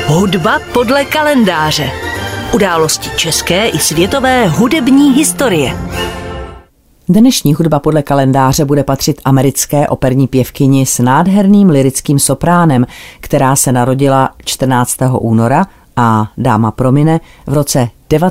Hudba podle kalendáře. Události české i světové hudební historie. Dnešní hudba podle kalendáře bude patřit americké operní pěvkyni s nádherným lyrickým sopránem, která se narodila 14. února a dáma promine v roce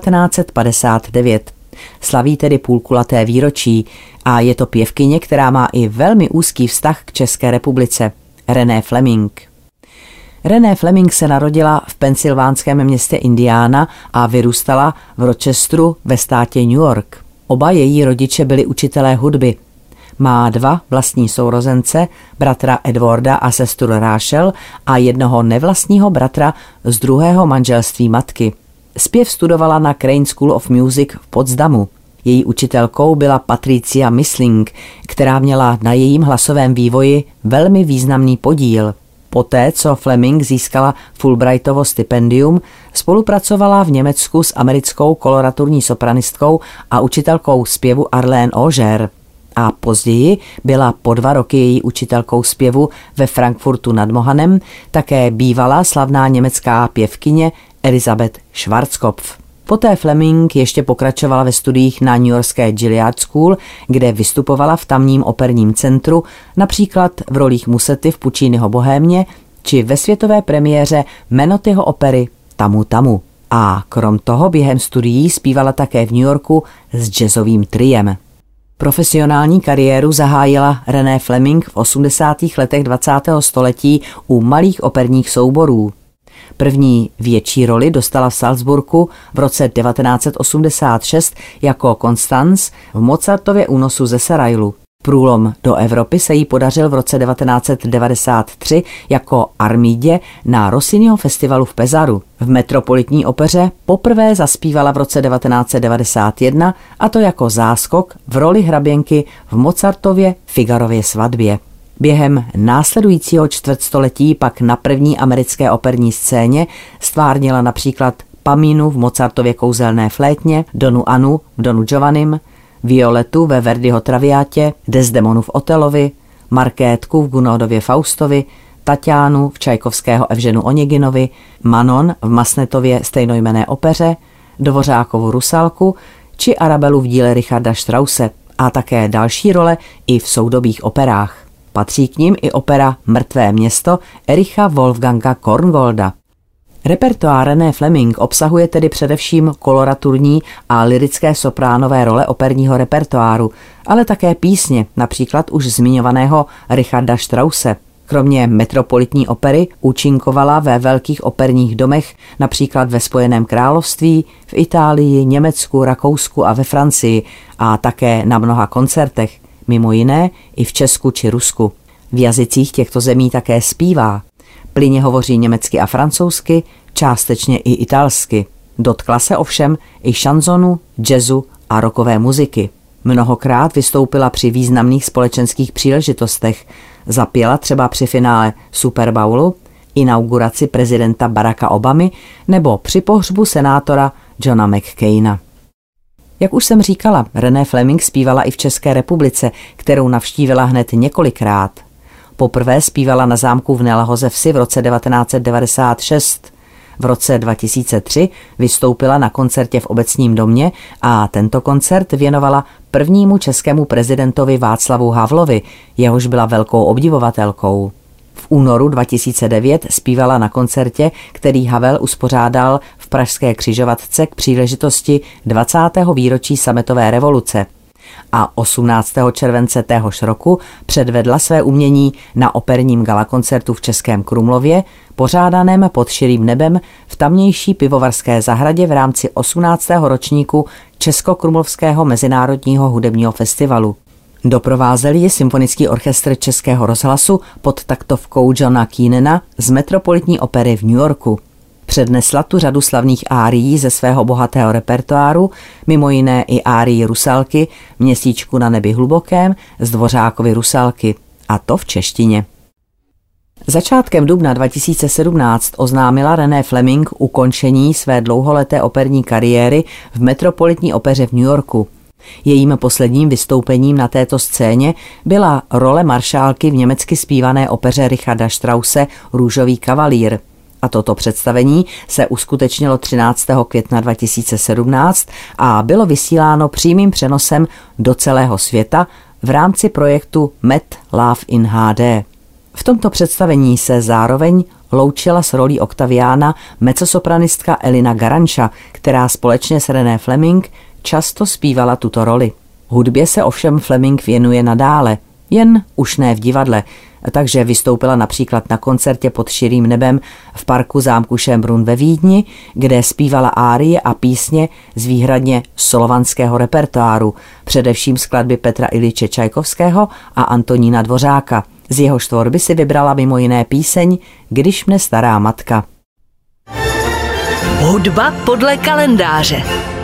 1959. Slaví tedy půlkulaté výročí a je to pěvkyně, která má i velmi úzký vztah k České republice. Renée Fleming. Renée Fleming se narodila v pensylvánském městě Indiana a vyrůstala v Rochesteru ve státě New York. Oba její rodiče byli učitelé hudby. Má dva vlastní sourozence, bratra Edwarda a sestru Rachel a jednoho nevlastního bratra z druhého manželství matky. Zpěv studovala na Crane School of Music v Potsdamu. Její učitelkou byla Patricia Missling, která měla na jejím hlasovém vývoji velmi významný podíl. Poté, co Fleming získala Fulbrightovo stipendium, spolupracovala v Německu s americkou koloraturní sopranistkou a učitelkou zpěvu Arlene Auger. A později byla po 2 roky její učitelkou zpěvu ve Frankfurtu nad Mohanem také bývalá slavná německá pěvkyně Elisabeth Schwarzkopf. Poté Fleming ještě pokračovala ve studiích na newyorské Juilliard School, kde vystupovala v tamním operním centru, například v rolích Musety v Pucciniho Bohémě či ve světové premiéře Menottiho opery Tamu Tamu. A krom toho během studií zpívala také v New Yorku s jazzovým triem. Profesionální kariéru zahájila Renée Fleming v 80. letech 20. století u malých operních souborů. První větší roli dostala v Salzburgu v roce 1986 jako Constance v Mozartově Únosu ze Sarajlu. Průlom do Evropy se jí podařil v roce 1993 jako Armídě na Rossiniho festivalu v Pesaru. V Metropolitní opeře poprvé zaspívala v roce 1991, a to jako záskok v roli hraběnky v Mozartově Figarově svatbě. Během následujícího čtvrtstoletí pak na první americké operní scéně stvárnila například Paminu v Mozartově kouzelné flétně, Donu Anu v Donu Giovannim, Violetu ve Verdiho Traviátě, Desdemonu v Otelovi, Markétku v Gounodově Faustovi, Tatiánu v Čajkovského Evženu Oneginovi, Manon v Masnetově stejnojmenné opeře, Dvořákovu Rusalku či Arabelu v díle Richarda Strause a také další role i v soudobých operách. Patří k nim i opera Mrtvé město Ericha Wolfganga Korngolda. Repertoár Renée Fleming obsahuje tedy především koloraturní a lyrické sopránové role operního repertoáru, ale také písně, například už zmiňovaného Richarda Strause. Kromě Metropolitní opery účinkovala ve velkých operních domech, například ve Spojeném království, v Itálii, Německu, Rakousku a ve Francii a také na mnoha koncertech, mimo jiné i v Česku či Rusku. V jazycích těchto zemí také zpívá. Plynně hovoří německy a francouzsky, částečně i italsky. Dotkla se ovšem i šanzonu, jazzu a rockové muziky. Mnohokrát vystoupila při významných společenských příležitostech. Zapěla třeba při finále Super Bowlu, inauguraci prezidenta Baracka Obamy nebo při pohřbu senátora Johna McCaina. Jak už jsem říkala, Renée Fleming zpívala i v České republice, kterou navštívila hned několikrát. Poprvé zpívala na zámku v Nelahoze vsi v roce 1996. V roce 2003 vystoupila na koncertě v Obecním domě a tento koncert věnovala prvnímu českému prezidentovi Václavu Havlovi, jehož byla velkou obdivovatelkou. V únoru 2009 zpívala na koncertě, který Havel uspořádal v pražské Křižovatce k příležitosti 20. výročí sametové revoluce. A 18. července téhož roku předvedla své umění na operním galakoncertu v Českém Krumlově, pořádaném pod širým nebem v tamnější pivovarské zahradě v rámci 18. ročníku Českokrumlovského mezinárodního hudebního festivalu. Doprovázel ji Symfonický orchestr Českého rozhlasu pod taktovkou Johna Keenena z Metropolitní opery v New Yorku. Přednesla tu řadu slavných árií ze svého bohatého repertoáru, mimo jiné i árii Rusalky, Měsíčku na nebi hlubokém z Dvořákovy Rusalky, a to v češtině. Začátkem dubna 2017 oznámila Renée Fleming ukončení své dlouholeté operní kariéry v Metropolitní opeře v New Yorku. Jejím posledním vystoupením na této scéně byla role maršálky v německy zpívané opeře Richarda Strause Růžový kavalír. A toto představení se uskutečnilo 13. května 2017 a bylo vysíláno přímým přenosem do celého světa v rámci projektu Met Love in HD. V tomto představení se zároveň loučila s rolí Octaviana mezzosopranistka Elina Garanča, která společně s René Fleming často zpívala tuto roli. Hudbě se ovšem Fleming věnuje nadále, jen už ne v divadle, takže vystoupila například na koncertě pod širým nebem v parku zámku Schönbrunn ve Vídni, kde zpívala árie a písně z výhradně solovanského repertoáru, především skladby Petra Iljiče Čajkovského a Antonína Dvořáka. Z jehož tvorby si vybrala mimo jiné píseň Když mne stará matka. Hudba podle kalendáře.